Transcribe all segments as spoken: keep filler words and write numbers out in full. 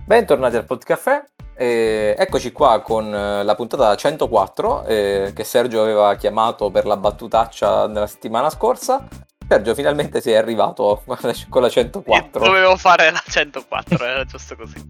Bentornati al Podcaffè, eh, eccoci qua con eh, la puntata centoquattro eh, che Sergio aveva chiamato per la battutaccia della settimana scorsa. Sergio finalmente sei arrivato con la centoquattro. Io dovevo fare la centoquattro, era giusto così.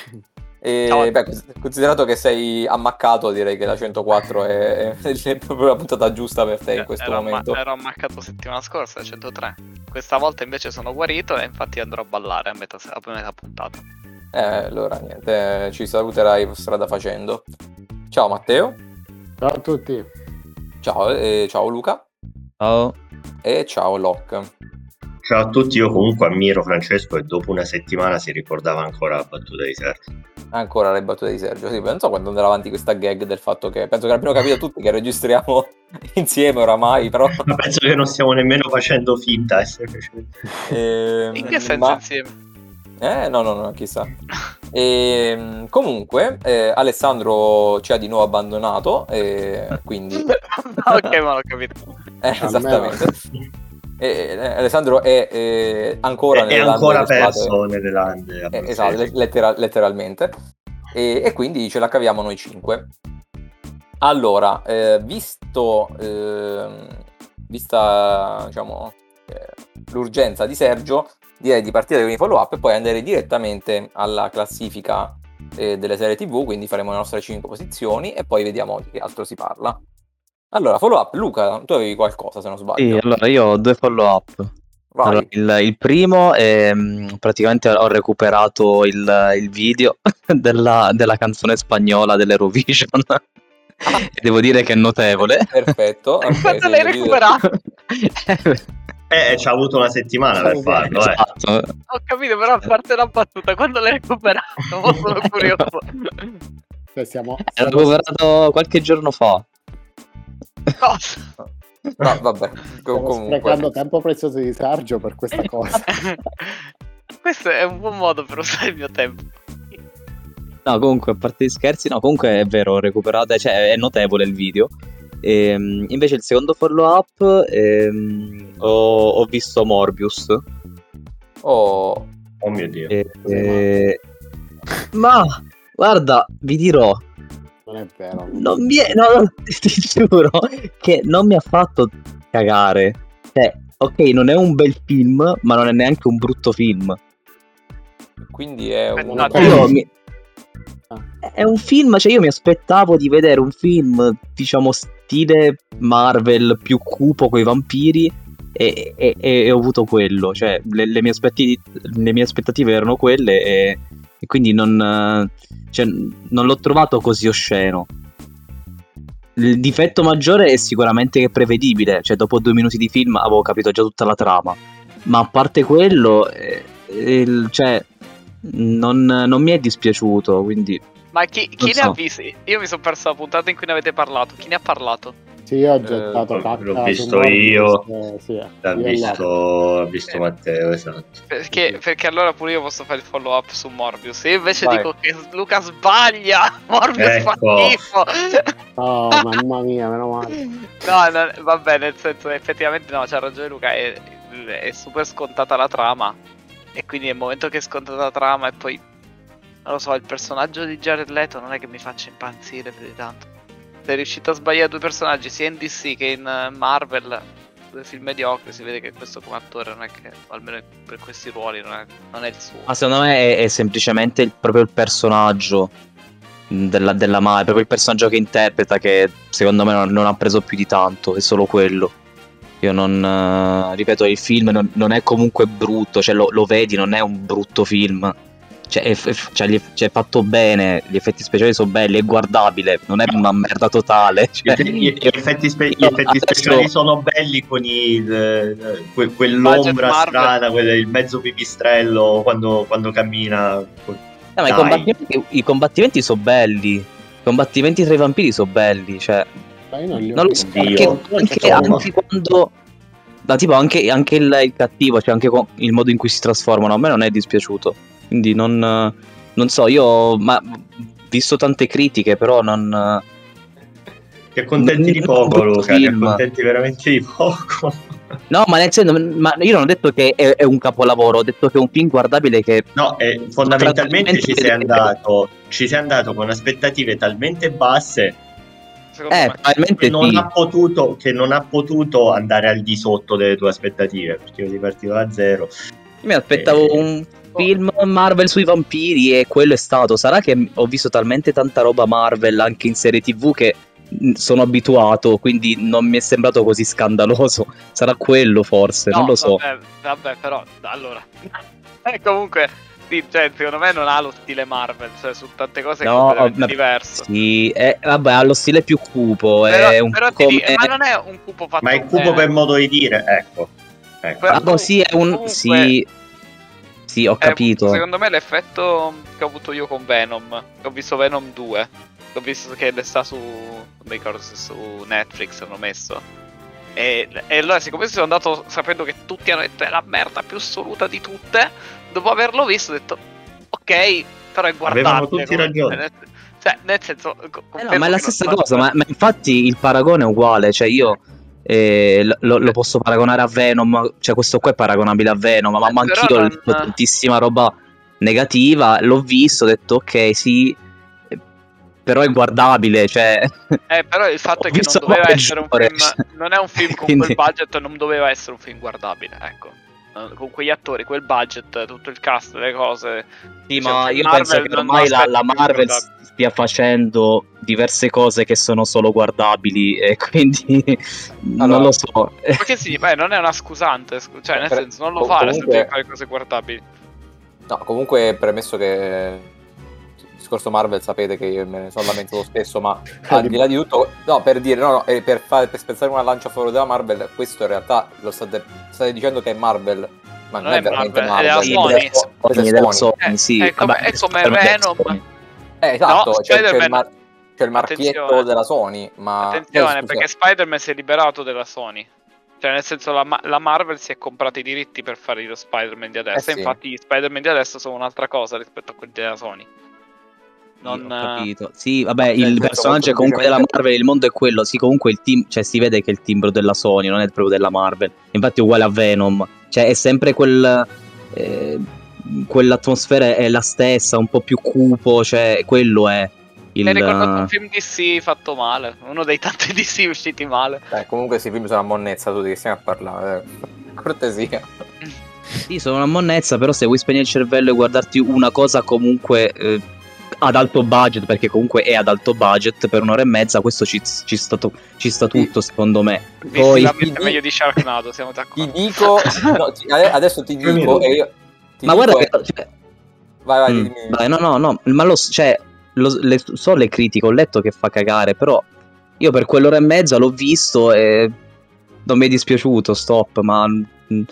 E, beh, considerato che sei ammaccato, direi che la centoquattro è, è proprio la puntata giusta per te in questo ero momento. Amma- ero ammaccato settimana scorsa, la centotré. Questa volta invece sono guarito e infatti andrò a ballare a metà, a metà puntata. Eh, allora niente, ci saluterai strada facendo. Ciao Matteo. Ciao a tutti. Ciao, eh, ciao Luca. Ciao. E ciao Locke. Ciao a tutti, io comunque ammiro Francesco e dopo una settimana si ricordava ancora la battuta di Sergio. Ancora le battute di Sergio, sì, non so quando andrà avanti questa gag del fatto che, penso che abbiamo capito tutti che registriamo insieme oramai, però... Ma penso che non stiamo nemmeno facendo finta, semplicemente. Eh, In che senso ma... insieme? Eh, no, no, no, chissà. E, comunque, eh, Alessandro ci ha di nuovo abbandonato, e quindi... Ok, ma l'ho capito. Eh, esattamente. E, eh, Alessandro è eh, ancora è, nelle è lande ancora delle perso spade. nelle lande. Eh, esatto, lettera- letteralmente. E, e quindi ce la caviamo noi cinque. Allora, eh, visto eh, vista diciamo eh, l'urgenza di Sergio, direi di partire con i follow up e poi andare direttamente alla classifica eh, delle serie tivù, quindi faremo le nostre cinque posizioni e poi vediamo di che altro si parla. Allora, follow up, Luca, tu avevi qualcosa se non sbaglio? Sì, allora io ho due follow up. Allora, il, il primo è praticamente ho recuperato il, il video della, della canzone spagnola dell'Eurovision. Ah. E devo dire che è notevole. Perfetto. Okay, quando l'hai recuperato? Eh, ci ha avuto una settimana per farlo, esatto. eh. Ho capito, però a parte la battuta, quando l'hai recuperato? Sono curioso. Beh, siamo, L'ho siamo... recuperato qualche giorno fa. Cosa? No, vabbè, stiamo comunque sprecando tempo prezioso di Sergio per questa cosa. Questo è un buon modo per usare il mio tempo. No, comunque, a parte gli scherzi, no, comunque è vero, ho recuperato, cioè è notevole il video. E, invece il secondo follow up ehm, ho, ho visto Morbius. Oh, oh mio Dio. E, e... Ma guarda, vi dirò. Non è vero. Non mi è, no, no, ti giuro che non mi ha fatto cagare. Cioè, ok, non è un bel film, ma non è neanche un brutto film. Quindi è un... No, io mi... È un film, cioè io mi aspettavo di vedere un film, diciamo, stile Marvel, più cupo coi vampiri, e, e, e ho avuto quello. Cioè, le, le, mie aspettative, le mie aspettative erano quelle e, e quindi non, cioè, non l'ho trovato così osceno. Il difetto maggiore è sicuramente che è prevedibile, cioè dopo due minuti di film avevo capito già tutta la trama, ma a parte quello, eh, il, cioè... Non, non mi è dispiaciuto, quindi... Ma chi, chi ne so. ha visti? Io mi sono perso la puntata in cui ne avete parlato. Chi ne ha parlato? Sì, io ho gettato eh, cacca. L'ho visto io. Eh, sì, L'ha visto, visto eh. Matteo, esatto. Perché, perché allora pure io posso fare il follow up su Morbius. Io invece Vai. dico che Luca sbaglia. Morbius Ecco. fa schifo. Oh, mamma mia, meno male. No, no, va bene, nel senso effettivamente no, c'ha ragione Luca, è, è super scontata la trama. E quindi nel momento che è scontata la trama e poi, non lo so, il personaggio di Jared Leto non è che mi faccia impazzire più di tanto. Sei riuscito a sbagliare due personaggi, sia in D C che in Marvel, due film mediocri, si vede che questo come attore non è che, almeno per questi ruoli, non è, non è il suo. Ma secondo me è, è semplicemente il, proprio il personaggio della, della Marvel, proprio il personaggio che interpreta che secondo me non, non ha preso più di tanto, è solo quello. Io non, uh, ripeto, il film non, non è comunque brutto, cioè lo, lo vedi, non è un brutto film, cioè è, è, cioè, gli, cioè, è fatto bene, gli effetti speciali sono belli, è guardabile, non è una merda totale. Cioè, gli, gli effetti, spe- gli effetti adesso... speciali sono belli con il, eh, que- quell'ombra strana, quel, il mezzo pipistrello quando, quando cammina. No, ma i combattimenti, i combattimenti sono belli, i combattimenti tra i vampiri sono belli, cioè... Non, non lo so, anche, anche, anche quando da tipo anche, anche il, il cattivo, cioè anche il modo in cui si trasformano a me non è dispiaciuto, quindi non, non so, io ma visto tante critiche però non ti accontenti di poco, Luca, ti accontenti veramente di poco. No, ma nel senso, ma io non ho detto che è, è un capolavoro, ho detto che è un film guardabile che... No, eh, fondamentalmente ci sei andato, ci sei andato con aspettative talmente basse eh, probabilmente che non, sì. ha potuto, che non ha potuto andare al di sotto delle tue aspettative, perché io eri partito da zero. Io mi aspettavo E- un film Marvel sui vampiri e quello è stato. Sarà che ho visto talmente tanta roba Marvel anche in serie tv che mh, sono abituato, quindi non mi è sembrato così scandaloso. Sarà quello forse, No, non lo so. Vabbè, vabbè, però, allora... Eh, comunque, sì, cioè, secondo me non ha lo stile Marvel, cioè su tante cose è No, completamente ma- diverso. Sì, è, vabbè, ha lo stile più cupo, Però, è un però po' ti come... dico, ma non è un cupo fatto Ma è cupo bene. per modo di dire, ecco. ecco. Però- Ah, boh, sì, è un... Comunque- Sì, sì, ho È capito. secondo me l'effetto che ho avuto io con Venom. Ho visto Venom due. Ho visto che le sta su. Non mi ricordo se su Netflix hanno messo. E, e allora, siccome sono andato sapendo che tutti hanno detto è la merda più assoluta di tutte, dopo averlo visto ho detto ok, però è guardabile. Avevano tutti come- ragione. nel- Cioè, nel senso. co- Eh no, confermo ma è la che non- stessa non- cosa, ma, ma infatti il paragone è uguale, cioè io eh, lo, lo posso paragonare a Venom, cioè questo qua è paragonabile a Venom, ma Eh, ma però anch'io ho non- letto tantissima roba negativa, l'ho visto, ho detto ok, sì, eh, però è guardabile, cioè... Eh, però il fatto Ho è che non visto doveva roba essere un peggiore, film. cioè. Non è un film con Quindi- quel budget, non doveva essere un film guardabile, ecco. Eh, Con quegli attori, quel budget, tutto il cast, le cose. Sì, Cioè, ma un film io Marvel penso che non ormai la, aspetti la più Marvel guardabile. stia facendo diverse cose che sono solo guardabili e quindi non Allora, lo so. Perché sì, beh, non è una scusante, scu- cioè, nel Per- senso, non lo com- fare se comunque- devi fare cose guardabili. No, comunque premesso che il discorso Marvel sapete che io me ne sono lamentato spesso, ma al di là di tutto, no, per dire, no, no, eh, per, fare, per spezzare una lancia a favore della Marvel, questo in realtà lo state, state dicendo che è Marvel, ma non, Non è, è veramente Marvel, è Marvel. della Sony. Questa è- questa è Sony, della Sony. Sony, Eh, sì. è come- Vabbè, è come Spider-Man della Venom. Sony. Eh, esatto, No, c'è, c'è il, Spider-Man- mar- c'è il marchietto Attenzione. della Sony, ma... Attenzione, eh, scusa. perché Spider-Man si è liberato della Sony. Cioè, nel senso, la, Ma- la Marvel si è comprata i diritti per fare lo Spider-Man di adesso. Eh E sì. infatti, gli Spider-Man di adesso sono un'altra cosa rispetto a quelli della Sony. Non, Sì, ho capito. Sì, vabbè, Nel il senso, personaggio è molto comunque della semplicemente- Marvel, il mondo è quello. Sì, comunque il team, cioè si vede che è il timbro della Sony, non è proprio della Marvel. Infatti è uguale a Venom. Cioè è sempre quel eh, quell'atmosfera è la stessa, un po' più cupo, cioè quello è il mi hai ricordato un film D C fatto male. Uno dei tanti D C usciti male. Eh, comunque questi film sono a monnezza, tu di che stiamo a parlare? eh. Cortesia. Sì, sono una monnezza, però se vuoi spegnere il cervello e guardarti una cosa comunque eh, ad alto budget, perché comunque è ad alto budget, per un'ora e mezza, questo ci, ci sta, to- ci sta tutto, secondo me. Poi, Visivamente ti- meglio di Sharknado, siamo Ti d'accordo. dico, no, ti- ade- adesso ti Due dico, minuti. e io, ti ma dico guarda e- che... cioè, vai, vai, mm, dimmi. vai, no, no, no, ma lo, cioè, lo- le, so le critiche, ho letto che fa cagare, però io per quell'ora e mezza l'ho visto e non mi è dispiaciuto, stop, ma... mm,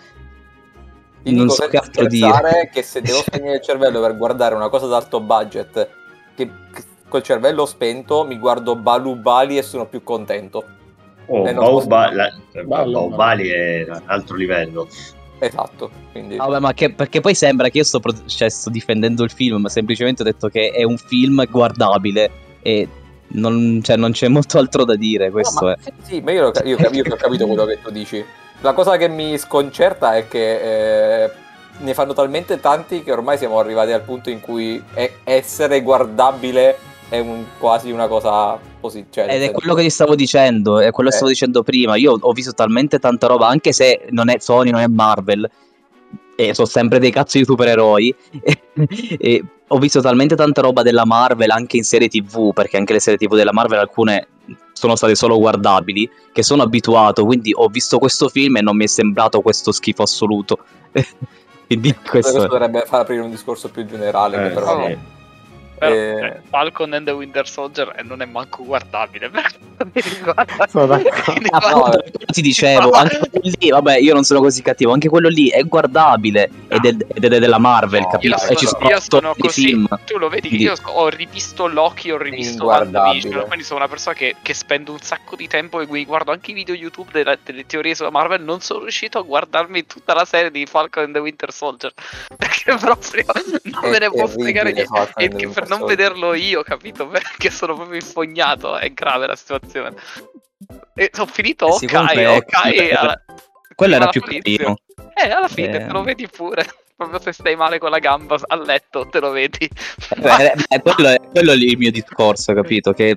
Ti non dico so senza che altro scherzare dire. che se devo spegnere il cervello per guardare una cosa ad alto budget, che, che col cervello spento mi guardo Balubali e sono più contento. Oh, Eh, non Baoba- posso- la- Bello, Baobali è un altro livello. Esatto, quindi... Vabbè, ma che, perché poi sembra che io sto, pro- cioè, sto difendendo il film, ma semplicemente ho detto che è un film guardabile e non, cioè, non c'è molto altro da dire, questo No, ma, è. sì, sì, ma io, lo ca- io, cap- io che ho capito quello che tu dici. La cosa che mi sconcerta è che eh, ne fanno talmente tanti che ormai siamo arrivati al punto in cui è- essere guardabile è un- quasi una cosa così. Cioè, nel Ed è senso- quello che ti stavo dicendo, è quello che Eh. stavo dicendo prima. Io ho visto talmente tanta roba, anche se non è Sony, non è Marvel, e sono sempre dei cazzo di supereroi. E, e ho visto talmente tanta roba della Marvel anche in serie tivù, perché anche le serie tivù della Marvel alcune sono state solo guardabili, che sono abituato, quindi ho visto questo film e non mi è sembrato questo schifo assoluto. Quindi questo, questo è... dovrebbe far aprire un discorso più generale. Eh, che però sì. no. Però, Eh. cioè, Falcon and the Winter Soldier e non è manco guardabile. Per quanto mi riguarda. Sono d'accordo. Quindi, Ah, va- no, appunto, ti dicevo, anche quello lì, vabbè, io non sono così cattivo, anche quello lì è guardabile ed è, ed è della Marvel, No, capito? Io dai, E ci sono, sono io sono otto così, film. tu lo vedi che Quindi- io ho rivisto Loki, ho rivisto Inguardabile. WandaVision, quindi sono una persona che, che spende un sacco di tempo e mi guardo anche i video YouTube della- delle teorie sulla Marvel, non sono riuscito a guardarmi tutta la serie di Falcon and the Winter Soldier, perché proprio non È me ne può terribile fregare niente, Falcon e and the che Winter per non Soldier. vederlo io, capito, perché sono proprio infognato, è grave la situazione. E ho finito Eh sì, ok, comunque, ok, ecco, alla- quello era alla più polizia. carino. Eh, alla fine Eh. te lo vedi pure. Proprio se stai male con la gamba a letto, te lo vedi. Eh, eh, quello, è, quello è il mio discorso, capito? Che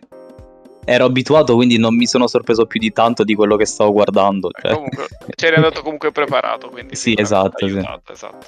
ero abituato, quindi non mi sono sorpreso più di tanto di quello che stavo guardando. Cioè. Comunque, c'eri andato comunque preparato, quindi Sì, sicuramente esatto, sì. aiutato, esatto.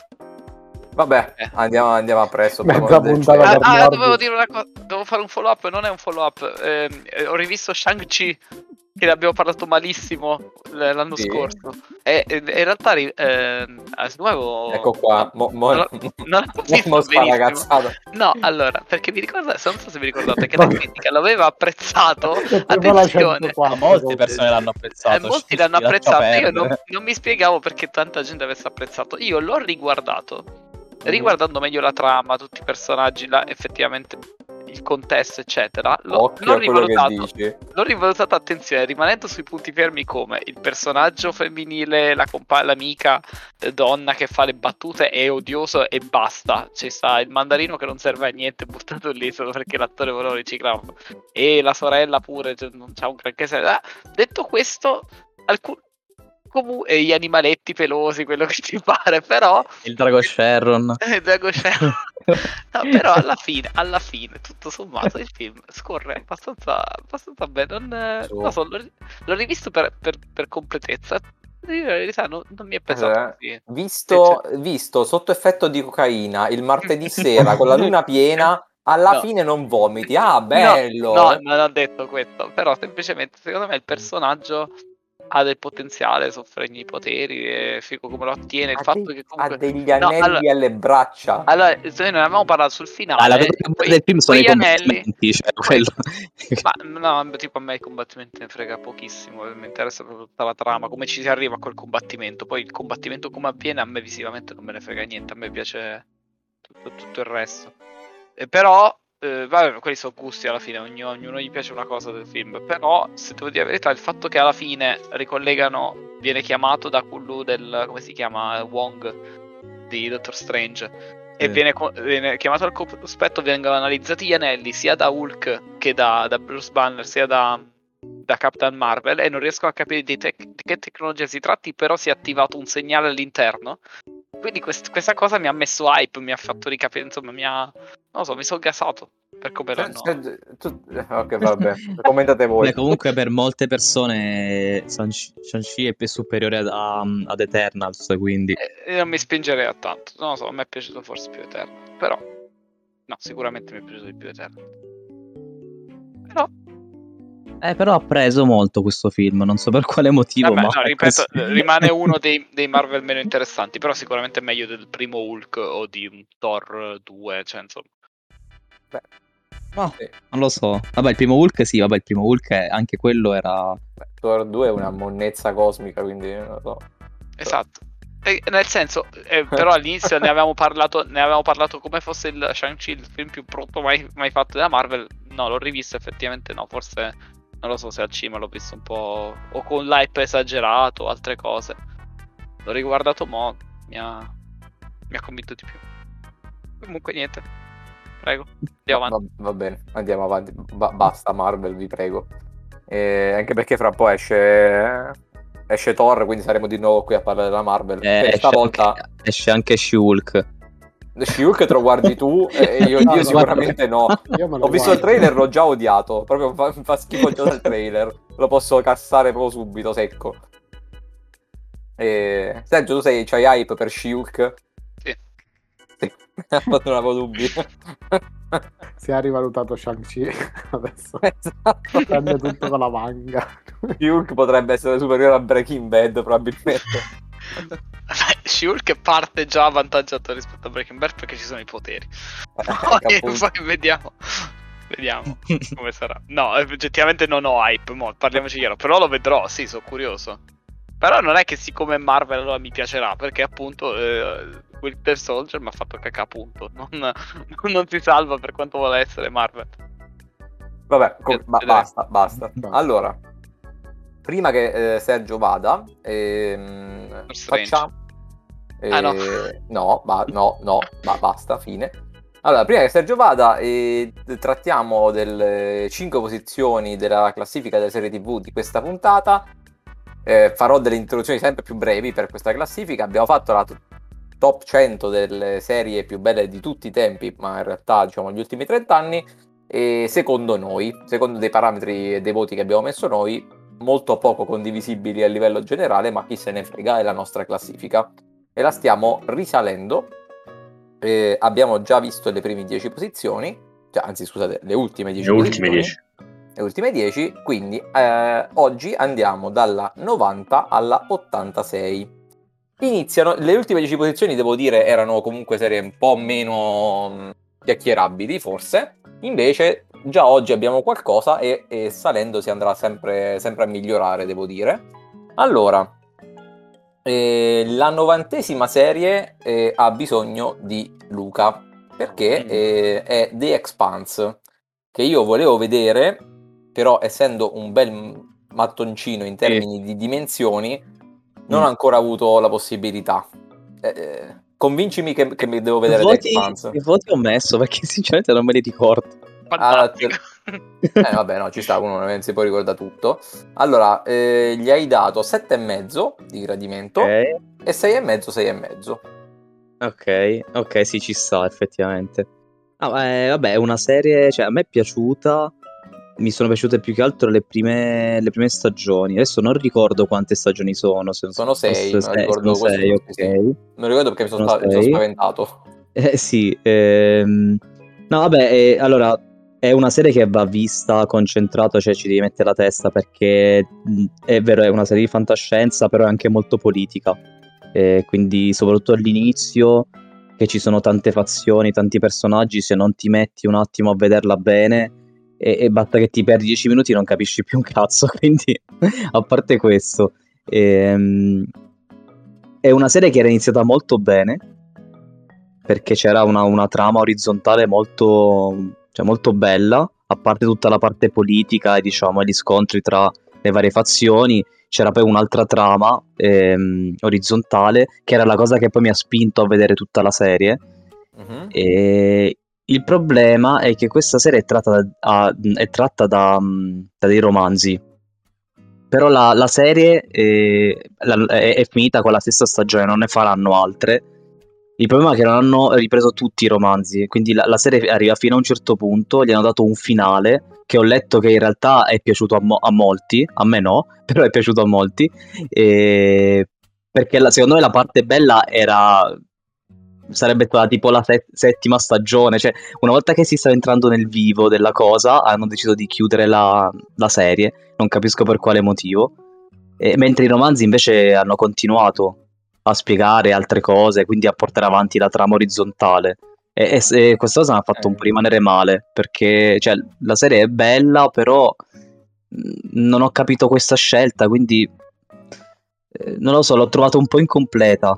Vabbè, Eh. andiamo, andiamo appresso. Mezza puntata Ah, per ah, Morbius. dovevo dire una cosa, devo fare un follow up, non è un follow up. Ehm, eh, ho rivisto Shang-Chi, che ne abbiamo parlato malissimo l- l'anno Sì. scorso. E, e- in realtà, ri- ehm, ah, secondo me avevo- Ecco qua, mo, mo, non, non l'ho visto mo benissimo. ragazzato. No, allora, perché vi ricordate, non so se vi ricordate che la critica l'aveva apprezzato. E poi la Attenzione, centoquattro, Molte persone l'hanno apprezzato. eh, molti l'hanno lascia apprezzato. Io perdere. non, non mi spiegavo perché tanta gente avesse apprezzato. Io l'ho riguardato, riguardando meglio la trama, tutti i personaggi, la, effettivamente il contesto, eccetera. L'ho, Occhio l'ho a quello che rivalutato. dici. L'ho rivalutato, attenzione, rimanendo sui punti fermi come il personaggio femminile, la compa- l'amica eh, donna che fa le battute è odioso e basta. Ci sta il mandarino che non serve a niente buttato lì solo perché l'attore voleva riciclarlo. E la sorella pure, cioè, non c'ha un granché senso. Ah, detto questo, alcuni... Comu- e gli animaletti pelosi, quello che ti pare, però Il Drago Sharon. eh, Drago Sharon. No, però alla fine, alla fine, tutto sommato, il film scorre abbastanza, abbastanza bene. Non, eh, Su. non so, l'ho, l'ho rivisto per, per, per completezza. In verità non, non mi è pesato Eh, così. visto, visto sotto effetto di cocaina il martedì sera con la luna piena, alla No. fine non vomiti. Ah, bello! No, no, non ho detto questo. Però semplicemente, secondo me, il personaggio ha del potenziale, soffre di poteri, è figo come lo ottiene. Il ha, fatto dei- che ha comunque... degli No, anelli allora- alle braccia. Allora, se noi non avevamo parlato sul finale, Ah, la cosa più quei- bella del film sono i quegli anelli, combattimenti, cioè quei- quello. ma no, tipo a me il combattimento ne frega pochissimo, mi interessa proprio tutta la trama, come ci si arriva a quel combattimento. Poi il combattimento come avviene a me visivamente non me ne frega niente, a me piace tutto, tutto il resto. E però, eh, vabbè, quelli sono gusti alla fine, ognuno, ognuno gli piace una cosa del film. Però, se devo dire la verità, il fatto che alla fine ricollegano, viene chiamato da quello del, come si chiama, Wong di Doctor Strange, e Sì. viene, co- viene chiamato al cospetto, vengono analizzati gli anelli sia da Hulk che da, da Bruce Banner, sia da, da Captain Marvel, e non riesco a capire di, tec- di che tecnologia si tratti, però si è attivato un segnale all'interno. Quindi quest- questa cosa mi ha messo hype, mi ha fatto ricapire, insomma, mi ha... non lo so, mi sono gasato per come l'hanno... Se- tu- ok, vabbè, commentate voi. Beh, comunque per molte persone Shang-Chi Shang-Chi è più superiore ad, a- ad Eternals, quindi E e non mi spingerei a tanto, non lo so, a me è piaciuto forse più Eterno, però... no, sicuramente mi è piaciuto di più Eterno. Però... eh, però ha preso molto questo film, non so per quale motivo, vabbè, ma no, ripeto, così. rimane uno dei, dei Marvel meno interessanti, però sicuramente è meglio del primo Hulk o di un Thor due, cioè insomma... No, Sì. non lo so. Vabbè, il primo Hulk sì, vabbè, il primo Hulk è- anche quello era Beh, Thor due è una monnezza cosmica, quindi non lo so. Esatto. E, nel senso, eh, però all'inizio ne avevamo parlato, ne avevamo parlato come fosse il Shang-Chi, il film più brutto mai, mai fatto da Marvel. No, l'ho rivisto effettivamente, no, forse non lo so se al cinema l'ho visto un po' o con l'hype esagerato o altre cose. L'ho riguardato mo, mi ha, mi ha convinto di più. Comunque niente, prego, andiamo avanti. Va, va bene, andiamo avanti. Ba- basta Marvel, vi prego. E anche perché fra un po' esce esce Thor, quindi saremo di nuovo qui a parlare della Marvel. eh, Per esce, stavolta anche, esce anche She-Hulk. She-Hulk te lo guardi tu e io, No, io no, sicuramente no. Io me lo Ho visto il guardo. trailer, l'ho già odiato. Proprio mi fa, mi fa schifo già dal trailer. Lo posso cassare proprio subito, secco. E... Sergio, tu sei, c'hai hype per She-Hulk? Sì. Sì, non avevo dubbi. Si è rivalutato Shang-Chi adesso. Esatto. Prende tutto con la manga. She-Hulk potrebbe essere superiore a Breaking Bad, probabilmente. She-Hulk parte già avvantaggiato rispetto a Breaking Bad perché ci sono i poteri. Poi, Appunto. poi vediamo. Vediamo come sarà. No, oggettivamente non ho hype, mo, parliamoci chiaro. Però lo vedrò, sì, sono curioso. Però non è che siccome è Marvel allora mi piacerà, perché appunto eh, Winter Soldier mi ha fatto cacà, appunto. Non, non si salva per quanto vuole essere Marvel. Vabbè, com- ba- Vedremo. basta, basta. Basta. Allora, prima che eh, Sergio vada, ehm, Strange. facciamo... Ah, no. eh, no, ba- no, no, ba- basta, fine. Allora, prima che Sergio vada, eh, trattiamo delle cinque posizioni della classifica delle serie tivù di questa puntata. eh, farò delle introduzioni sempre più brevi per questa classifica. Abbiamo fatto la t- top cento delle serie più belle di tutti i tempi, ma in realtà diciamo gli ultimi trenta anni, e secondo noi, secondo dei parametri e dei voti che abbiamo messo noi, molto poco condivisibili a livello generale, ma chi se ne frega, è la nostra classifica e la stiamo risalendo. Eh, abbiamo già visto le prime dieci posizioni, cioè, anzi scusate, le ultime dieci Le posizioni. ultime dieci. Le ultime dieci, quindi eh, oggi andiamo dalla novanta alla ottantasei. Iniziano, le ultime dieci posizioni, devo dire, erano comunque serie un po' meno mh, chiacchierabili, forse. Invece già oggi abbiamo qualcosa e, e salendo si andrà sempre, sempre a migliorare, devo dire. Allora, eh, la novantesima serie eh, ha bisogno di Luca, perché Mm. eh, è The Expanse, che io volevo vedere, però essendo un bel mattoncino in termini di dimensioni, non ho Mm. ancora avuto la possibilità. Eh, eh, convincimi che, che mi devo vedere The Voti, Expanse. che voti ho messo? Perché sinceramente non me li ricordo. Ah, te- Fantastico. Eh vabbè, no, ci sta, uno non si può ricordare tutto. Allora, eh, gli hai dato sette e mezzo di gradimento Ok, e sei e mezzo, sei e mezzo. ok, ok, sì, ci sta effettivamente. Ah, eh, vabbè, è una serie, cioè a me è piaciuta, mi sono piaciute più che altro le prime, le prime stagioni. Adesso non ricordo quante stagioni sono, se Sono sei, forse me lo sei, ricordo sono questo. sei, Sì, sì. ok. Me lo ricordo perché mi sono, Sono spa- mi sono sei. spaventato. Eh sì, ehm, no vabbè, eh, allora è una serie che va vista concentrato, cioè ci devi mettere la testa perché mh, è vero, è una serie di fantascienza, però è anche molto politica. Eh, quindi soprattutto all'inizio, che ci sono tante fazioni, tanti personaggi, se non ti metti un attimo a vederla bene e, e basta che ti perdi dieci minuti non capisci più un cazzo, quindi a parte questo, ehm, è una serie che era iniziata molto bene perché c'era una, una trama orizzontale molto, cioè molto bella, a parte tutta la parte politica e diciamo gli scontri tra le varie fazioni, c'era poi un'altra trama ehm, orizzontale che era la cosa che poi mi ha spinto a vedere tutta la serie. Mhm. E il problema è che questa serie è tratta da, a- è tratta da, mm, da dei romanzi. Però la, la serie eh, la- è, è finita con la stessa stagione, non ne faranno altre. Il problema è che non hanno ripreso tutti i romanzi, quindi la, la serie arriva fino a un certo punto, gli hanno dato un finale che ho letto che in realtà è piaciuto a, mo- a molti, a me no, però è piaciuto a molti, e- perché la- secondo me la parte bella era sarebbe stata tipo la set- settima stagione, cioè una volta che si sta entrando nel vivo della cosa hanno deciso di chiudere la, la serie, non capisco per quale motivo, e- mentre i romanzi invece hanno continuato a spiegare altre cose, quindi a portare avanti la trama orizzontale. E, e se- questa cosa mi ha fatto un po' Eh. rimanere male, perché cioè, la serie è bella, però mh, non ho capito questa scelta, quindi eh, non lo so, l'ho trovata un po' incompleta.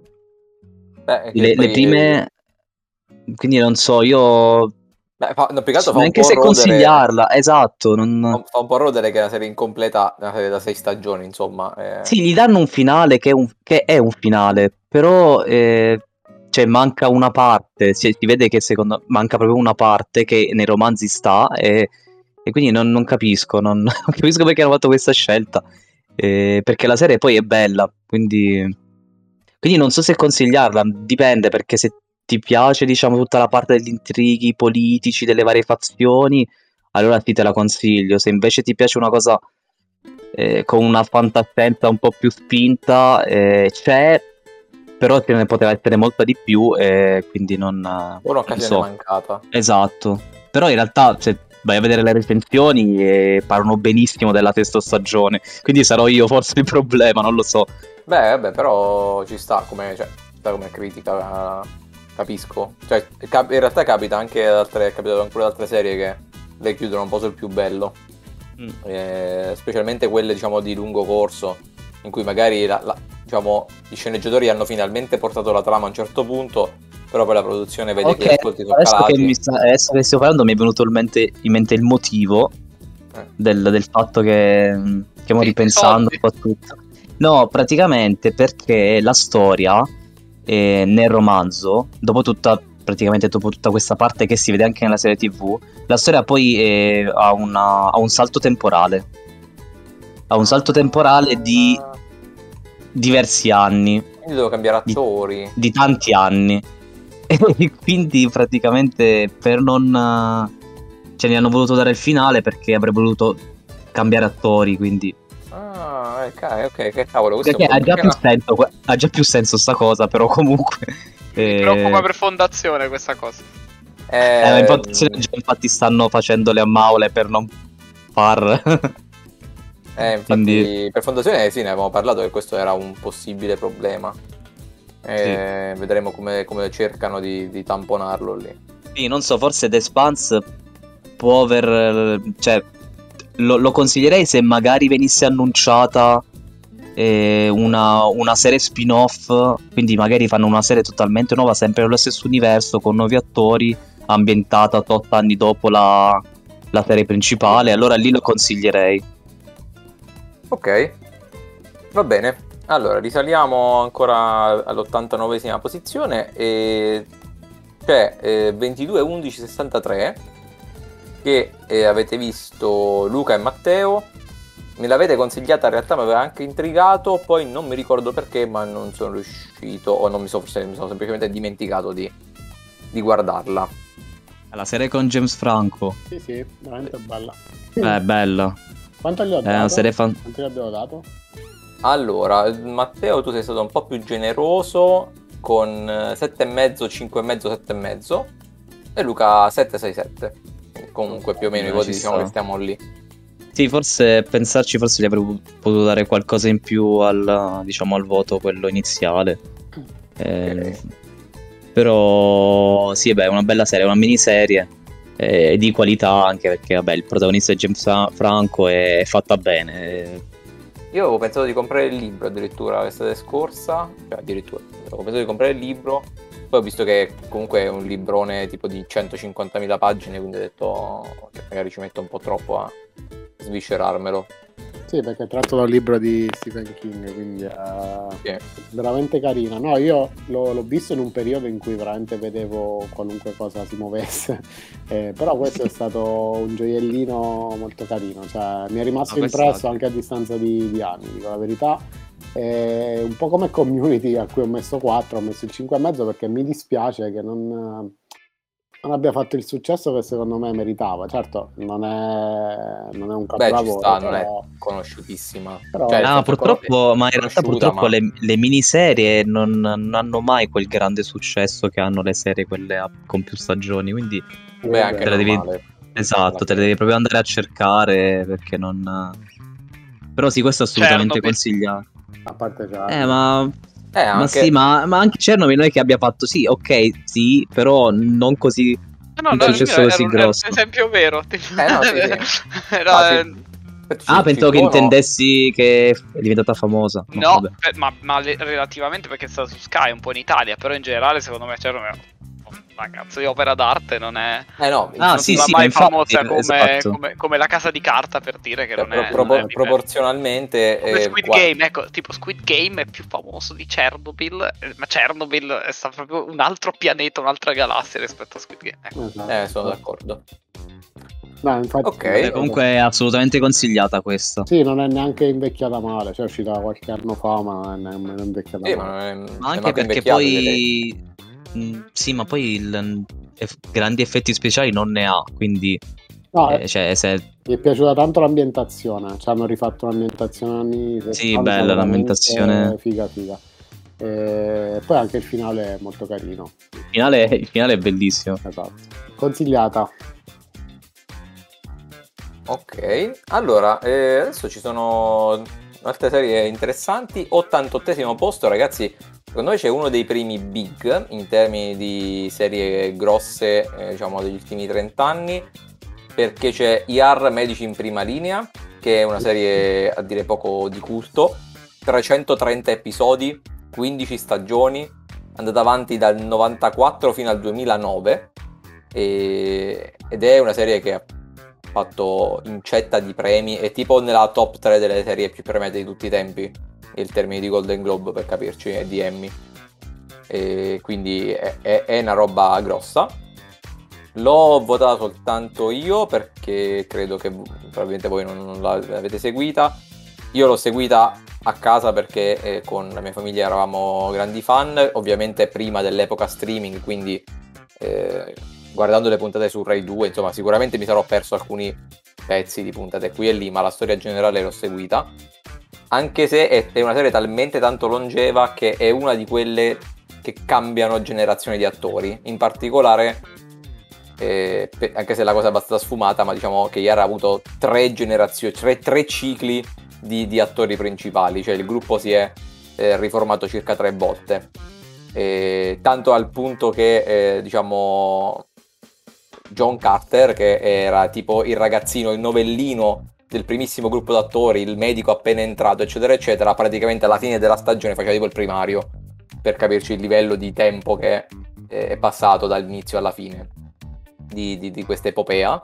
Beh, che Le, le poi, prime, quindi non so, io beh, fa, no, più che altro fa un neanche po' se rodere. consigliarla, esatto, non... Fa fa un po' rodere che è una serie incompleta, una serie da sei stagioni, insomma. eh. Sì, gli danno un finale che è un, che è un finale, però eh, cioè, manca una parte, si, si vede che secondo manca proprio una parte che nei romanzi sta e, e quindi non, non capisco, non, non capisco perché hanno fatto questa scelta, eh, perché la serie poi è bella, quindi, quindi non so se consigliarla, dipende perché se ti piace diciamo tutta la parte degli intrighi politici, delle varie fazioni, allora sì te la consiglio, se invece ti piace una cosa eh, con una fantascienza un po' più spinta, eh, c'è, però ce ne poteva essere molta di più, e quindi non, non Un'occasione so. mancata. Esatto. Però in realtà, se vai a vedere le recensioni, eh, parlano benissimo della sesta stagione, quindi sarò io forse il problema, non lo so. Beh, vabbè, però ci sta come, cioè, ci sta come critica, capisco. Cioè, cap- in realtà capita anche ad altre, è capitato anche ad altre serie che le chiudono un po' sul più bello. Mm. Eh, specialmente quelle, diciamo, di lungo corso, in cui magari la- la- diciamo, i sceneggiatori hanno finalmente portato la trama a un certo punto, però poi la produzione vede che gli Ok, ascolti sono adesso che, calati. mi sta, adesso che stiamo parlando mi è venuto in mente, in mente il motivo Eh. del, del fatto che, che stiamo Sì, ripensando soldi. un po' a tutto. No, praticamente perché la storia eh, nel romanzo, dopo tutta, praticamente dopo tutta questa parte che si vede anche nella serie tivù, la storia poi eh, ha, una- ha un salto temporale. ha un salto temporale di diversi anni. Quindi devo cambiare attori. Di, di tanti anni. E quindi praticamente per non... Cioè, mi hanno voluto dare il finale perché avrei voluto cambiare attori, quindi... Ah, ok, ok, che cavolo. Questo Perché è ha già, più no. senso, ha già più senso sta cosa, però comunque... Mi eh... preoccupa per Fondazione questa cosa. Eh, Eh, infatti, infatti stanno facendole a Maule per non far... eh, infatti Quindi... per Fondazione sì, ne avevamo parlato che questo era un possibile problema. Eh, sì. Vedremo come, come cercano di, di tamponarlo lì. Sì, non so, forse The Expanse può aver... Cioè, lo, lo consiglierei se magari venisse annunciata eh, una, una serie spin-off, quindi magari fanno una serie totalmente nuova, sempre nello stesso universo, con nuovi attori, ambientata tot anni dopo la, la serie principale, allora lì lo consiglierei. Ok, va bene. Allora, risaliamo ancora all'ottantanovesima posizione e c'è eh, ventidue undici sessantatré che eh, avete visto Luca e Matteo. Me l'avete consigliata, in realtà mi aveva anche intrigato, poi non mi ricordo perché, ma non sono riuscito, o non mi sono, forse mi sono semplicemente dimenticato di, di guardarla. La serie con James Franco. Sì, sì, veramente bella. È bella. Quanto gli ho dato? È una serie fan... Quanto gli abbiamo dato? Allora, Matteo, tu sei stato un po' più generoso con sette e mezzo, cinque e mezzo, sette e mezzo e Luca sette sei sette. Comunque più o meno eh, i voti sta. diciamo che stiamo lì. Sì, forse pensarci, forse gli avrei potuto dare qualcosa in più al, diciamo, al voto quello iniziale. Eh, okay. Però sì, beh, è una bella serie, è una miniserie eh, di qualità, anche perché vabbè, il protagonista è James Franco e è fatta bene. Io avevo pensato di comprare il libro addirittura l'estate scorsa, cioè addirittura avevo pensato di comprare il libro, poi ho visto che comunque è un librone tipo di centocinquantamila pagine, quindi ho detto che magari ci metto un po' troppo a sviscerarmelo. Sì, perché è tratto da un libro di Stephen King, quindi è sì. veramente carina. No, io l'ho, l'ho visto in un periodo in cui veramente vedevo qualunque cosa si muovesse, eh, però questo è stato un gioiellino molto carino, cioè mi è rimasto no, impresso è... anche a distanza di, di anni, dico la verità. È un po' come Community, a cui ho messo quattro, ho messo il cinque e mezzo perché mi dispiace che non... non abbia fatto il successo che secondo me meritava. Certo, non è, non è un capolavoro. Beh, ci sta, non però... è conosciutissima. Però... Cioè, ah, purtroppo, ma in realtà purtroppo ma... le, le miniserie non, non hanno mai quel grande successo che hanno le serie quelle a, con più stagioni, quindi beh, anche te le devi, esatto, te le devi proprio andare a cercare perché non... Però sì, questo è assolutamente Chernobyl. A consigliato. parte già... Eh, ma... Eh, anche... Ma sì, ma, ma anche Chernobyl non è che abbia fatto sì, ok, sì, però non così no, un no, successo no, così era, grosso. era un esempio vero. Tipo... Eh no, sì, sì. era, ah, sì. Ah, pensavo che intendessi che è diventata famosa. No, no per, ma, ma le, relativamente perché è stato su Sky un po' in Italia, però in generale secondo me c'era una, una cazzo di opera d'arte, non è... Eh no, ah, non sì, sarà sì, mai infatti, famosa come, esatto. come, come La Casa di Carta, per dire che cioè, non, è, pro, non è proporzionalmente come eh, Squid qua... Game, ecco, tipo Squid Game è più famoso di Chernobyl, ma Chernobyl è stato proprio un altro pianeta, un'altra galassia rispetto a Squid Game, ecco. Esatto. Eh, sono d'accordo. No, infatti, ok, Beh, comunque è assolutamente consigliata questa. Sì, non è neanche invecchiata male, cioè è uscita qualche anno fa, ma non è, non è invecchiata sì, male. ma, è, ma anche perché poi mh, sì, ma poi il, eff, grandi effetti speciali non ne ha, quindi no, eh, cioè, se... mi è piaciuta tanto l'ambientazione, ci hanno rifatto un'ambientazione anni sessanta, sì, bella l'ambientazione, figa figa. E poi anche il finale è molto carino. Il finale, il finale è bellissimo. Esatto. Consigliata. Ok, allora eh, adesso ci sono altre serie interessanti. ottantottesimo posto, ragazzi. Secondo me c'è uno dei primi big in termini di serie grosse, eh, diciamo degli ultimi trenta anni, perché c'è I A R Medici in prima linea, che è una serie a dire poco di culto, trecentotrenta episodi, quindici stagioni, andata avanti dal novantaquattro fino al duemilanove, e... ed è una serie che ha fatto incetta di premi, è tipo nella top tre delle serie più premiate di tutti i tempi, il termine di Golden Globe per capirci, e di Emmy, e quindi è, è, è una roba grossa. L'ho votata soltanto io perché credo che probabilmente voi non, non l'avete seguita. io l'ho seguita a casa perché eh, con la mia famiglia eravamo grandi fan, ovviamente prima dell'epoca streaming, quindi eh, guardando le puntate su Rai due, insomma, sicuramente mi sarò perso alcuni pezzi di puntate qui e lì, ma la storia generale l'ho seguita, anche se è, è una serie talmente tanto longeva che è una di quelle che cambiano generazioni di attori, in particolare eh, pe- anche se la cosa è abbastanza sfumata, ma diciamo che Yara ha avuto tre generazioni, tre, tre cicli di, di attori principali, cioè il gruppo si è eh, riformato circa tre volte, eh, tanto al punto che eh, diciamo John Carter, che era tipo il ragazzino, il novellino del primissimo gruppo d'attori, il medico appena entrato, eccetera eccetera, praticamente alla fine della stagione faceva tipo il primario, per capirci il livello di tempo che è passato dall'inizio alla fine di, di, di questa epopea.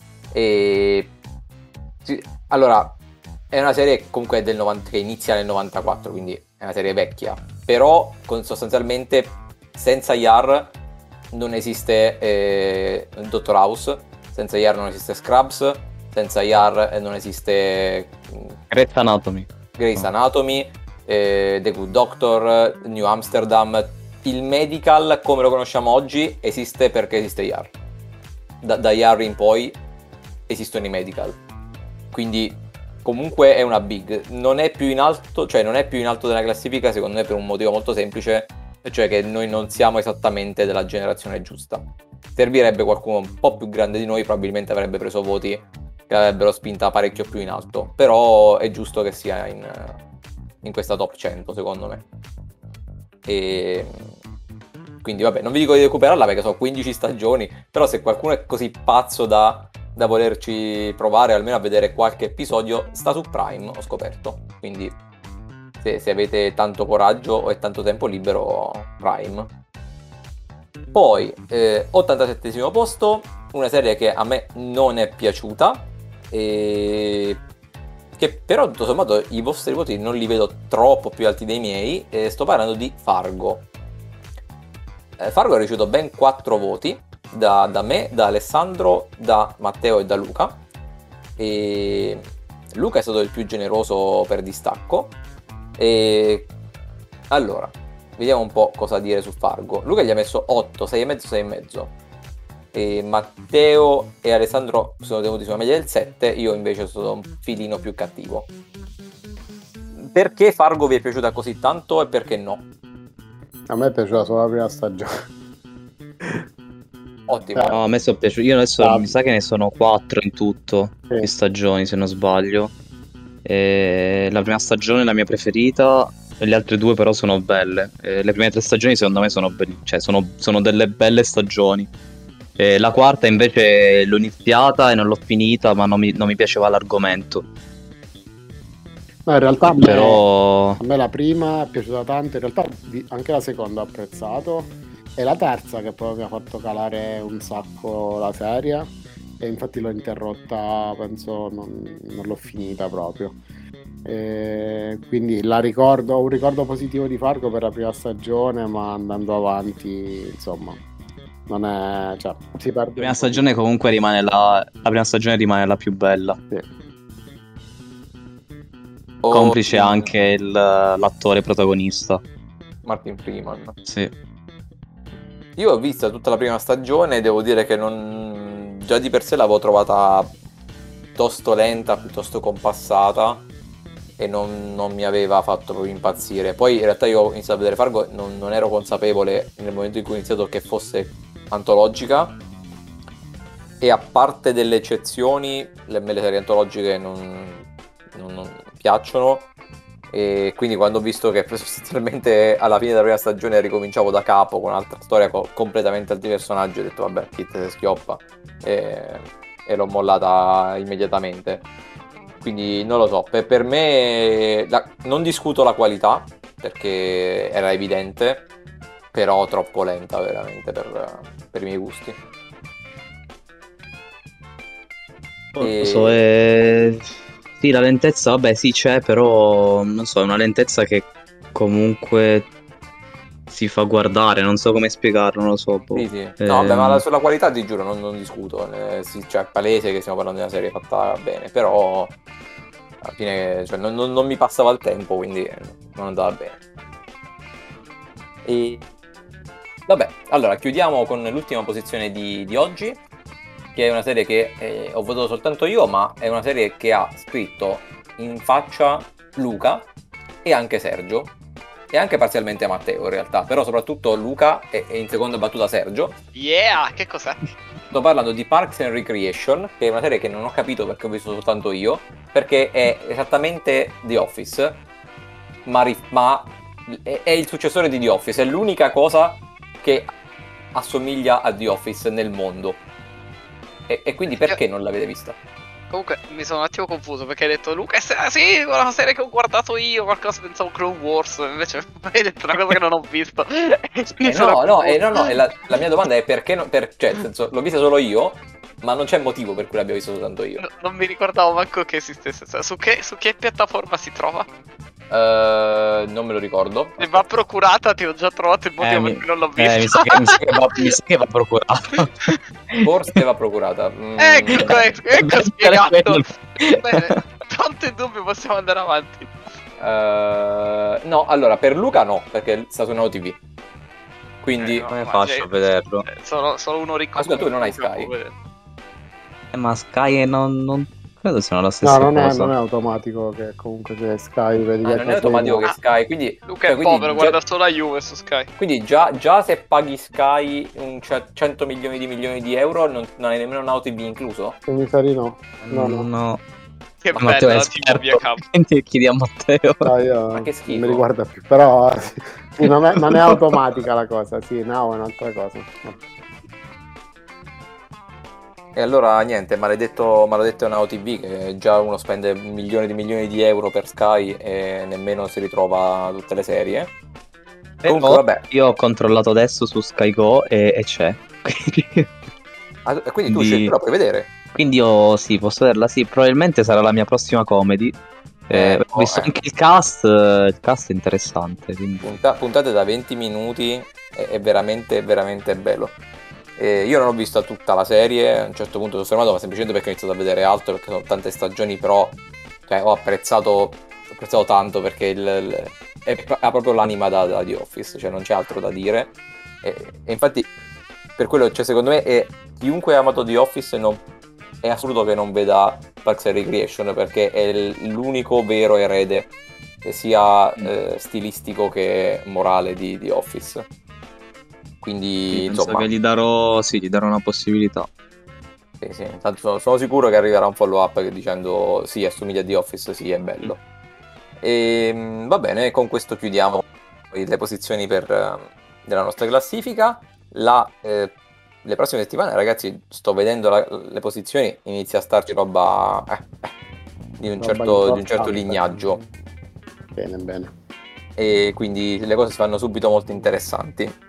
E sì, allora è una serie comunque del novanta, che inizia nel novantaquattro, quindi è una serie vecchia, però con, sostanzialmente senza Yar non esiste eh, Doctor House, senza Yar non esiste Scrubs, senza Yar non esiste Grey's Anatomy, Grey's Anatomy, eh, The Good Doctor, New Amsterdam. Il medical come lo conosciamo oggi esiste perché esiste Yar. Da, da Yar in poi esistono i medical, quindi comunque è una big. Non è più in alto, cioè non è più in alto della classifica, secondo me, per un motivo molto semplice, cioè che noi non siamo esattamente della generazione giusta. Servirebbe qualcuno un po' più grande di noi, probabilmente avrebbe preso voti che avrebbero spinta parecchio più in alto, però è giusto che sia in, in questa top cento, secondo me. E quindi vabbè, non vi dico di recuperarla perché sono quindici stagioni, però se qualcuno è così pazzo da, da volerci provare almeno a vedere qualche episodio, sta su Prime, ho scoperto, quindi se, se avete tanto coraggio e tanto tempo libero, Prime. Poi eh, ottantasettesimo posto, una serie che a me non è piaciuta e che però tutto sommato i vostri voti non li vedo troppo più alti dei miei, e sto parlando di Fargo. eh, Fargo ha ricevuto ben quattro voti da, da me, da Alessandro, da Matteo e da Luca, e Luca è stato il più generoso per distacco. E allora vediamo un po' cosa dire su Fargo. Luca gli ha messo otto, sei e mezzo, sei e mezzo. E Matteo e Alessandro sono tenuti sulla media del sette, io invece sono un filino più cattivo. Perché Fargo vi è piaciuta così tanto e perché no? A me è piaciuta solo la prima stagione. Ottimo. No, a me sono piaciuti. Io adesso Ah. mi sa che ne sono quattro in tutto, Sì. di stagioni se non sbaglio. E la prima stagione è la mia preferita, e le altre due però sono belle. E le prime tre stagioni secondo me sono belli, cioè sono, sono delle belle stagioni. E la quarta invece l'ho iniziata e non l'ho finita, ma non mi, non mi piaceva l'argomento. No, in realtà a me, Però a me la prima è piaciuta tanto, in realtà di- anche la seconda ho apprezzato, e la terza che poi mi ha fatto calare un sacco la serie, e infatti l'ho interrotta, penso non, non l'ho finita proprio. E quindi la ricordo, ho un ricordo positivo di Fargo per la prima stagione, ma andando avanti, insomma, non è, cioè, si perde. la prima stagione comunque rimane la, la prima stagione rimane la più bella. Sì. O Complice anche il- l'attore protagonista. Martin Freeman. Sì. Io ho visto tutta la prima stagione e devo dire che non, già di per sé l'avevo trovata piuttosto lenta, piuttosto compassata, e non, non mi aveva fatto proprio impazzire. Poi in realtà io ho iniziato a vedere Fargo, non, non ero consapevole nel momento in cui ho iniziato che fosse antologica, e a parte delle eccezioni, le, me le serie antologiche non, non, non piacciono, e quindi quando ho visto che sostanzialmente alla fine della prima stagione ricominciavo da capo con un'altra storia con completamente altri personaggi, ho detto vabbè, chi te se schioppa, e, e l'ho mollata immediatamente. Quindi non lo so, per, per me la, non discuto la qualità perché era evidente, però troppo lenta veramente per, per i miei gusti. Non E- lo so, è... Sì, la lentezza, vabbè, sì, c'è, però non so, è una lentezza che comunque si fa guardare, non so come spiegarlo, non lo so. boh. Sì, sì. No, vabbè, Ehm, ma la- sulla qualità ti giuro non, non discuto, eh, sì, cioè è palese che stiamo parlando di una serie fatta bene, però alla fine cioè, non, non, non mi passava il tempo, quindi non andava bene. E vabbè, allora chiudiamo con l'ultima posizione di, di oggi, che è una serie che eh, ho votato soltanto io, ma è una serie che ha scritto in faccia Luca e anche Sergio, e anche parzialmente Matteo in realtà, però soprattutto Luca e, e in seconda battuta Sergio. Yeah, che cos'è? Sto parlando di Parks and Recreation, che è una serie che non ho capito perché ho visto soltanto io, perché è esattamente The Office, ma, ri- ma è, è il successore di The Office, è l'unica cosa che assomiglia a The Office nel mondo. E, e quindi perché non l'avete vista? Comunque mi sono un attimo confuso perché hai detto Luca, ah, sì, una serie che ho guardato io, qualcosa pensavo Clone Wars, invece hai detto una cosa che non ho visto. Eh no, no, eh, no, no, e la, la mia domanda è perché, no, per, cioè, nel senso, l'ho vista solo io, ma non c'è motivo per cui l'abbia visto soltanto io. No, non mi ricordavo manco che esistesse. Su che, su che piattaforma si trova? Uh, non me lo ricordo. Se va procurata, ti ho già trovato il motivo Eh, per cui non l'ho vista. Eh, mi, sa che, mi, sa che va, mi sa che va procurata. Forse va procurata. Mm. Ecco, ecco, ecco spiegato. Bene, tanto dubbio, possiamo andare avanti. Uh, no, allora, per Luca no, perché sta su Now T V. Quindi... Eh, no, come ma faccio cioè, a vederlo? eh, Sono, sono uno ricco. Ma scusa, tu non hai come Sky? può vedere. Eh, ma Sky non, non credo siano la stessa No, non è, cosa. non è automatico che comunque che Sky vedi Ah, che non è automatico che Sky, quindi... Luca cioè, è quindi povero, già, guarda solo la Juve su Sky. quindi già, già se paghi Sky un c- cento milioni di milioni di euro non, non hai nemmeno Now T V incluso? Mi sa di no. No, no. no. Che Ma bello, Matteo è la tipo via esperto, cavo. quindi chiedi a Matteo. Dai, io- Ma che non schifo. mi riguarda più. Però sì, non, è, non è automatica la cosa. Sì, Now è un'altra cosa. No. E allora niente, maledetto, maledetto Now T V, che già uno spende milioni di milioni di euro per Sky e nemmeno si ritrova tutte le serie. Però Comunque vabbè, io ho controllato adesso su Sky Go e, e c'è. Quindi, ah, quindi tu Quindi- scegli però puoi vedere. quindi io sì, posso vederla, sì, probabilmente sarà la mia prossima comedy. Eh, Eh, ho visto oh, eh. anche il cast, eh, il cast è interessante, quindi... Punta- puntate da venti minuti, è, è veramente veramente bello. E io non ho visto tutta la serie, a un certo punto sono fermato, ma semplicemente perché ho iniziato a vedere altro, perché sono tante stagioni, però cioè, ho apprezzato ho apprezzato tanto perché il, il- è, ha proprio l'anima da, da The Office, cioè non c'è altro da dire. E, e infatti per quello, cioè, secondo me è, chiunque ha amato The Office non, è assurdo che non veda Parks and Recreation, perché è l- l'unico vero erede sia eh, stilistico che morale di The Office. Quindi Sì, penso insomma che gli darò, sì, gli darò una possibilità. sì, sì, tanto sono, sono sicuro che arriverà un follow up dicendo sì, assomiglia a The Office, sì, è bello. E va bene, con questo chiudiamo le posizioni per, eh, della nostra classifica. La, eh, le prossime settimane, ragazzi, sto vedendo la- le posizioni, inizia a starci roba eh, eh, di un Roba certo, di un certo importante. lignaggio, Bene, bene. e quindi le cose si fanno subito molto interessanti.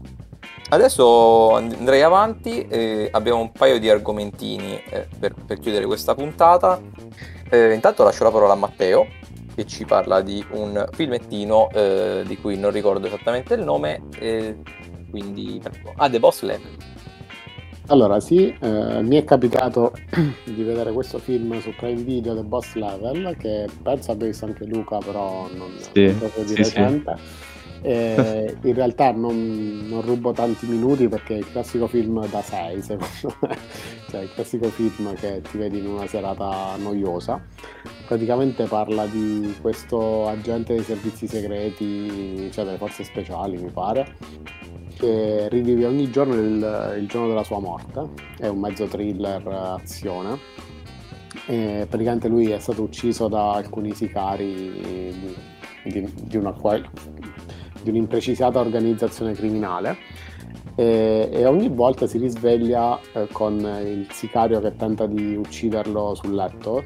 Adesso andrei avanti, eh, abbiamo un paio di argomentini eh, per, per chiudere questa puntata. Eh, intanto lascio la parola a Matteo, che ci parla di un filmettino eh, di cui non ricordo esattamente il nome, eh, quindi prego. Ah, The Boss Level. Allora, sì, eh, mi è capitato di vedere questo film su Prime Video, The Boss Level, che penso abbia visto anche Luca, però non, Sì, non proprio di sì, sì. recente. Eh, in realtà non, non rubo tanti minuti perché è il classico film da sei, secondo me, cioè il classico film che ti vedi in una serata noiosa. Praticamente parla di questo agente dei servizi segreti, cioè delle forze speciali mi pare, che rivive ogni giorno il, il giorno della sua morte. È un mezzo thriller azione. E praticamente lui è stato ucciso da alcuni sicari di, di, di una qual- di un'imprecisata organizzazione criminale, e, e ogni volta si risveglia eh, con il sicario che tenta di ucciderlo sul letto.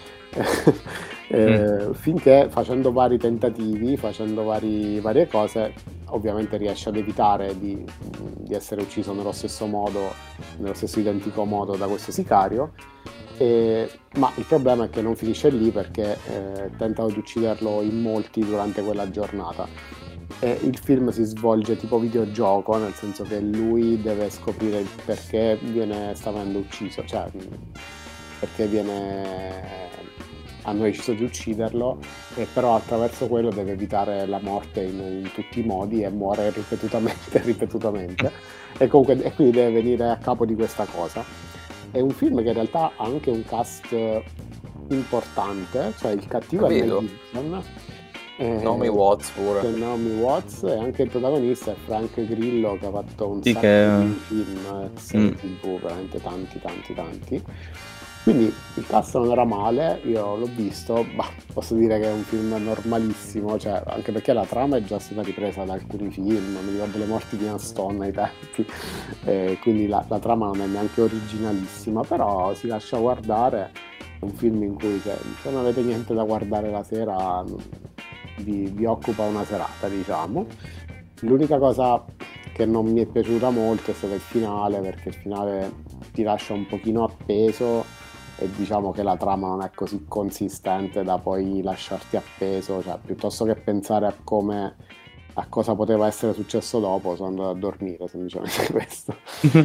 eh, finché facendo vari tentativi, facendo vari, varie cose, ovviamente riesce ad evitare di, di essere ucciso nello stesso modo, nello stesso identico modo da questo sicario. Eh, ma il problema è che non finisce lì, perché eh, tentano di ucciderlo in molti durante quella giornata. E il film si svolge tipo videogioco, nel senso che lui deve scoprire il perché viene sta venendo ucciso, cioè perché viene hanno deciso di ucciderlo, e però attraverso quello deve evitare la morte in, in tutti i modi e muore ripetutamente ripetutamente e comunque e quindi deve venire a capo di questa cosa. È un film che in realtà ha anche un cast importante, cioè il cattivo è Mel Gibson, eh, Naomi Watts pure. Naomi Watts, e anche il protagonista è Frank Grillo, che ha fatto un sì, sacco che... di film, serie mm. tv, veramente tanti tanti tanti. Quindi il cast non era male, io l'ho visto, bah, posso dire che è un film normalissimo, cioè, anche perché la trama è già stata ripresa da alcuni film, mi ricordo Le morti di Ian Stone ai tempi, eh, quindi la, la trama non è neanche originalissima, però si lascia guardare. È un film in cui se, se non avete niente da guardare la sera vi, vi occupa una serata, diciamo. L'unica cosa che non mi è piaciuta molto è stato il finale, perché il finale ti lascia un pochino appeso e diciamo che la trama non è così consistente da poi lasciarti appeso, cioè piuttosto che pensare a come a cosa poteva essere successo dopo sono andato a dormire, semplicemente questo.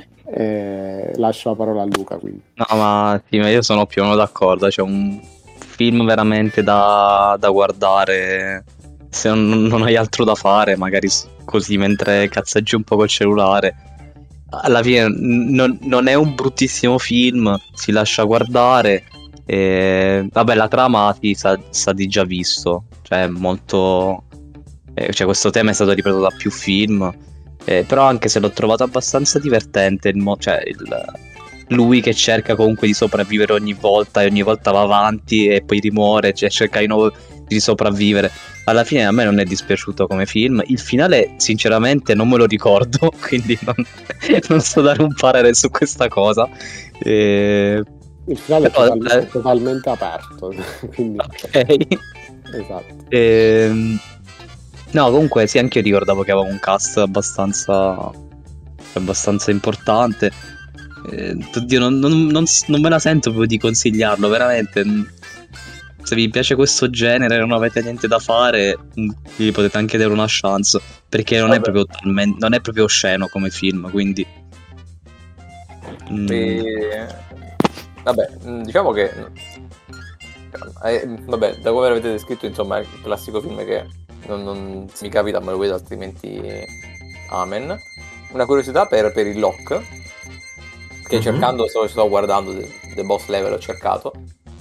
E lascio la parola a Luca, quindi. No, ma sì, ma io sono più o meno d'accordo, c'è un film veramente da, da guardare se non, non hai altro da fare, magari così mentre cazzeggi un po' col cellulare. Alla fine non, non è un bruttissimo film, si lascia guardare e vabbè, la trama si sa, sa di già visto, cioè molto eh, cioè questo tema è stato ripreso da più film, eh, però anche se l'ho trovato abbastanza divertente il mo- cioè il, lui che cerca comunque di sopravvivere ogni volta e ogni volta va avanti e poi rimuore, cioè cerca di nuovo di sopravvivere. Alla fine a me non è dispiaciuto come film. Il finale sinceramente non me lo ricordo, quindi non, non so dare un parere su questa cosa. E... il finale però, è total- eh... totalmente aperto, quindi... ok, esatto. E... no, comunque sì, anche io ricordavo che aveva un cast abbastanza abbastanza importante. Eh, oddio, non, non, non, non me la sento proprio di consigliarlo, veramente. Se vi piace questo genere e non avete niente da fare, vi potete anche dare una chance, perché non, è proprio, talmente, non è proprio osceno come film, quindi... Mm. E... vabbè, diciamo che... Eh, vabbè, da come l'avete descritto, insomma, è il classico film che non, non mi capita, me lo vedo, altrimenti amen. Una curiosità per, per il Lock, che mm-hmm. cercando, sto, sto guardando The, The Boss Level, ho cercato,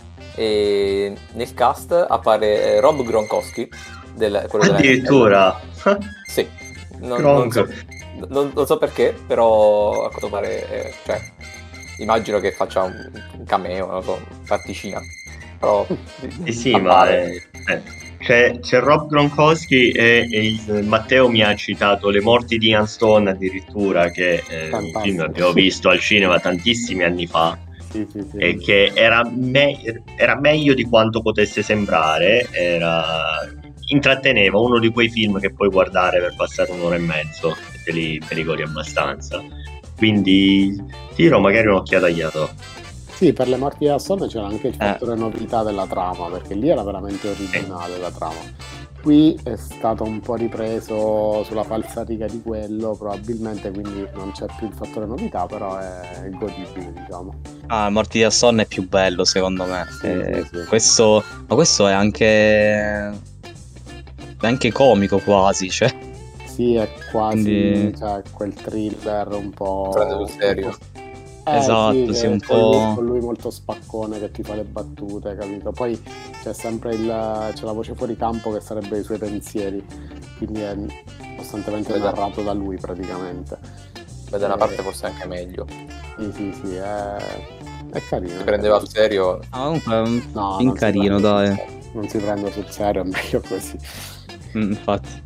e nel cast appare Rob Gronkowski del, quello addirittura della sì, non, non, so, non, non so perché, però a quanto pare eh, cioè, immagino che faccia un, un cameo, non so, particina, però sì, sì, ma è, eh, c'è, c'è Rob Gronkowski e, e il, Matteo mi ha citato Le morti di Ian Stone addirittura, che è un film che abbiamo visto al cinema tantissimi anni fa. Sì, sì, sì. E che era, me- era meglio di quanto potesse sembrare, era... intratteneva, uno di quei film che puoi guardare per passare un'ora e mezzo e te li, te li godi abbastanza, quindi tiro magari un'occhiata agli altri. Sì, per Le morti di Stone c'era anche il fattore eh. novità della trama, perché lì era veramente originale eh. la trama. Qui è stato un po' ripreso sulla falsariga di quello, probabilmente, quindi non c'è più il fattore novità, però è godibile, diciamo. Ah, Morti di Sonno è più bello, secondo me. Sì, eh, sì, sì. Questo, ma questo è anche è anche comico quasi, cioè. Sì, è quasi quindi... cioè, quel thriller un po'... prende sul serio. Eh, esatto, sì, sì, un con po'. Lui, con lui molto spaccone che ti fa le battute, capito? Poi c'è sempre il c'è la voce fuori campo che sarebbe i suoi pensieri, quindi è costantemente Vede. narrato da lui praticamente. Beh, da una eh, parte forse anche meglio. Sì, sì, sì, è, è carino. Si prendeva sul serio. Ah, comunque, no, in carino, dai. Non si prende sul serio, è meglio così. Mm, infatti.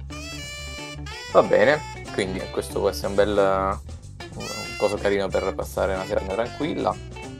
Va bene, quindi questo può essere un bel... cosa carino per passare una serata tranquilla.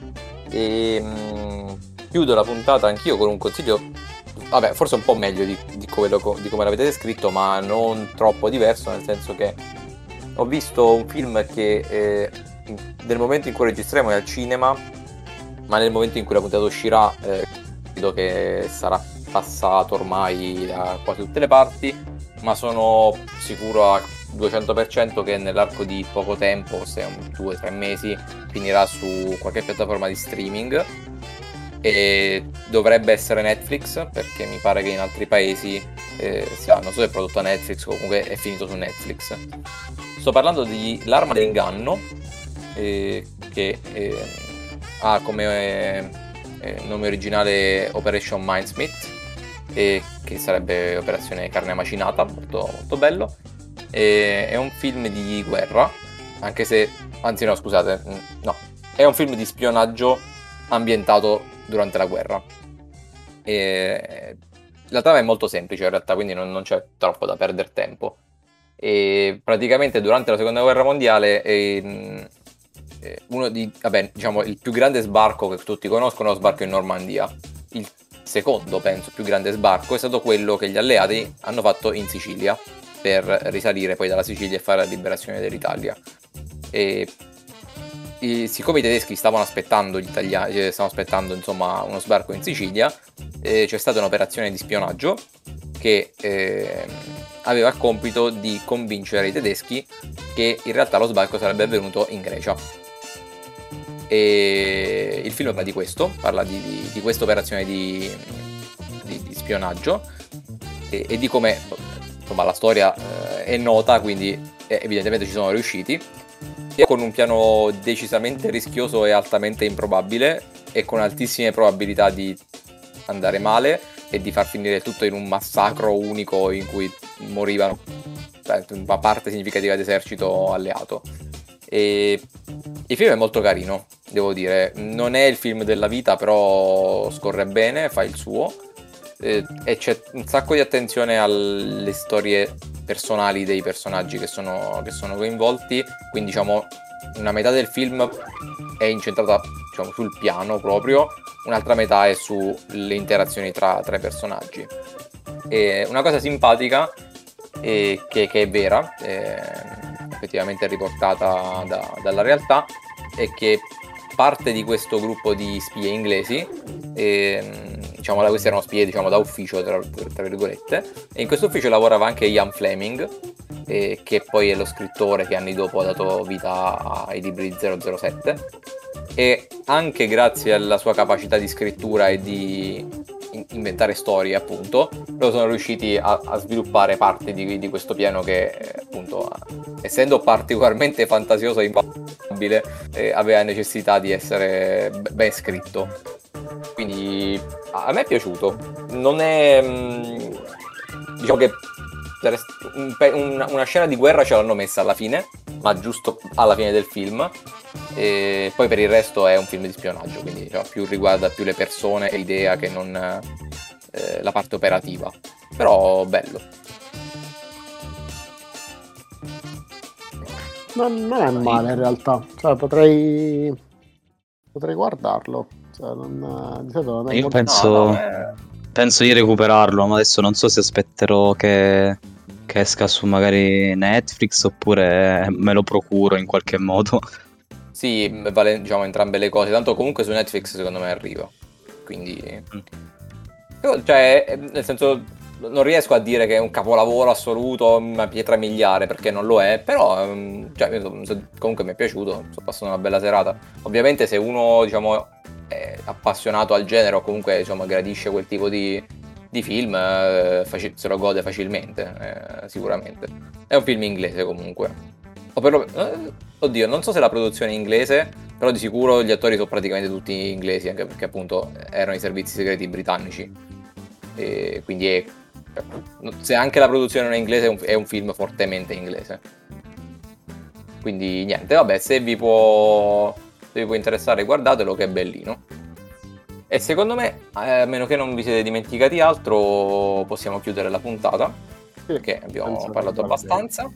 E mh, chiudo la puntata anch'io con un consiglio, vabbè, forse un po' meglio di, di, come, lo, di come l'avete descritto, ma non troppo diverso, nel senso che ho visto un film che eh, in, nel momento in cui registriamo è al cinema, ma nel momento in cui la puntata uscirà eh, credo che sarà passato ormai da quasi tutte le parti, ma sono sicuro a duecento per cento che nell'arco di poco tempo, se un due tre mesi, finirà su qualche piattaforma di streaming. e dovrebbe essere Netflix, perché mi pare che in altri paesi eh, sia, non so se è prodotto a Netflix o comunque è finito su Netflix. Sto parlando di L'Arma dell'Inganno, eh, che eh, ha come eh, eh, nome originale Operation Mindsmith, eh, che sarebbe Operazione Carne Macinata, molto, molto bello. Eh, è un film di guerra, anche se, anzi no scusate, no, è un film di spionaggio ambientato durante la guerra. E la trama è molto semplice in realtà, quindi non, non c'è troppo da perdere tempo. E praticamente durante la seconda guerra mondiale eh, uno di, vabbè, diciamo il più grande sbarco che tutti conoscono è lo sbarco in Normandia. Il secondo, penso, più grande sbarco è stato quello che gli alleati hanno fatto in Sicilia, per risalire poi dalla Sicilia e fare la liberazione dell'Italia. E I, siccome i tedeschi stavano aspettando gli italiani, stavano aspettando insomma uno sbarco in Sicilia, eh, c'è stata un'operazione di spionaggio che eh, aveva il compito di convincere i tedeschi che in realtà lo sbarco sarebbe avvenuto in Grecia. E il film parla di questo, parla di, di, di questa operazione di, di, di spionaggio e, e di come insomma la storia eh, è nota, quindi eh, evidentemente ci sono riusciti. E con un piano decisamente rischioso e altamente improbabile e con altissime probabilità di andare male e di far finire tutto in un massacro unico in cui morivano una parte significativa dell'esercito alleato. E il film è molto carino, devo dire, non è il film della vita, però scorre bene, fa il suo e c'è un sacco di attenzione alle storie personali dei personaggi che sono, che sono coinvolti, quindi diciamo una metà del film è incentrata, diciamo, sul piano proprio, un'altra metà è sulle interazioni tra, tra i personaggi. E una cosa simpatica e che, che è vera, è effettivamente riportata da, dalla realtà, è che parte di questo gruppo di spie inglesi, e, diciamo, questi erano spie, diciamo, da ufficio tra, tra virgolette, e in questo ufficio lavorava anche Ian Fleming, eh, che poi è lo scrittore che anni dopo ha dato vita ai libri di zero zero sette, e anche grazie alla sua capacità di scrittura e di inventare storie, appunto, loro sono riusciti a, a sviluppare parte di, di questo piano che, appunto, essendo particolarmente fantasioso e improbabile, eh, aveva necessità di essere ben scritto. Quindi a me è piaciuto. Non è, diciamo che una scena di guerra ce l'hanno messa alla fine, ma giusto alla fine del film. E poi per il resto è un film di spionaggio, quindi, cioè, più riguarda più le persone e l'idea che non eh, la parte operativa, però bello. Non, non è male in realtà, cioè potrei potrei guardarlo, cioè, non, di solito non è io molto... penso no, no, è... penso di recuperarlo, ma adesso non so se aspetterò che, che esca su magari Netflix oppure me lo procuro in qualche modo. Sì, vale, diciamo, entrambe le cose, tanto comunque su Netflix secondo me arriva, quindi mm. cioè, nel senso, non riesco a dire che è un capolavoro assoluto, una pietra miliare, perché non lo è, però cioè, comunque mi è piaciuto, sto passando una bella serata. Ovviamente se uno, diciamo, è appassionato al genere o comunque, diciamo, gradisce quel tipo di, di film, eh, faci- se lo gode facilmente, eh, sicuramente. È un film inglese comunque. O per lo, eh, oddio, non so se la produzione è inglese, però di sicuro gli attori sono praticamente tutti inglesi, anche perché appunto erano i servizi segreti britannici. E quindi è, se anche la produzione non è inglese, è un, è un film fortemente inglese. Quindi niente, vabbè, se vi può, se vi può interessare, guardatelo, che è bellino. E secondo me, eh, a meno che non vi siete dimenticati altro, possiamo chiudere la puntata, perché abbiamo parlato abbastanza.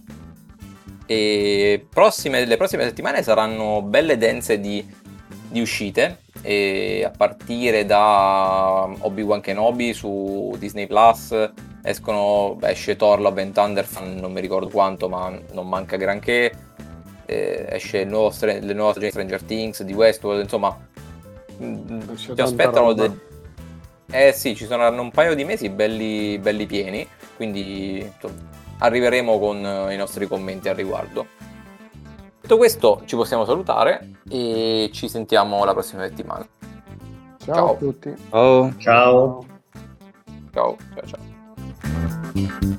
E prossime, le prossime settimane saranno belle dense di, di uscite, e a partire da Obi-Wan Kenobi su Disney Plus escono, beh, esce Thor Love and Thunder, non mi ricordo quanto, ma non manca granché, eh, esce il nuovo, le nuove Stranger Things di Westworld, insomma ci aspettano de... eh sì, ci saranno un paio di mesi belli, belli pieni, quindi insomma, arriveremo con i nostri commenti al riguardo. Detto questo, ci possiamo salutare e ci sentiamo la prossima settimana. Ciao, Ciao. a tutti. Oh. Ciao. Ciao, ciao, ciao.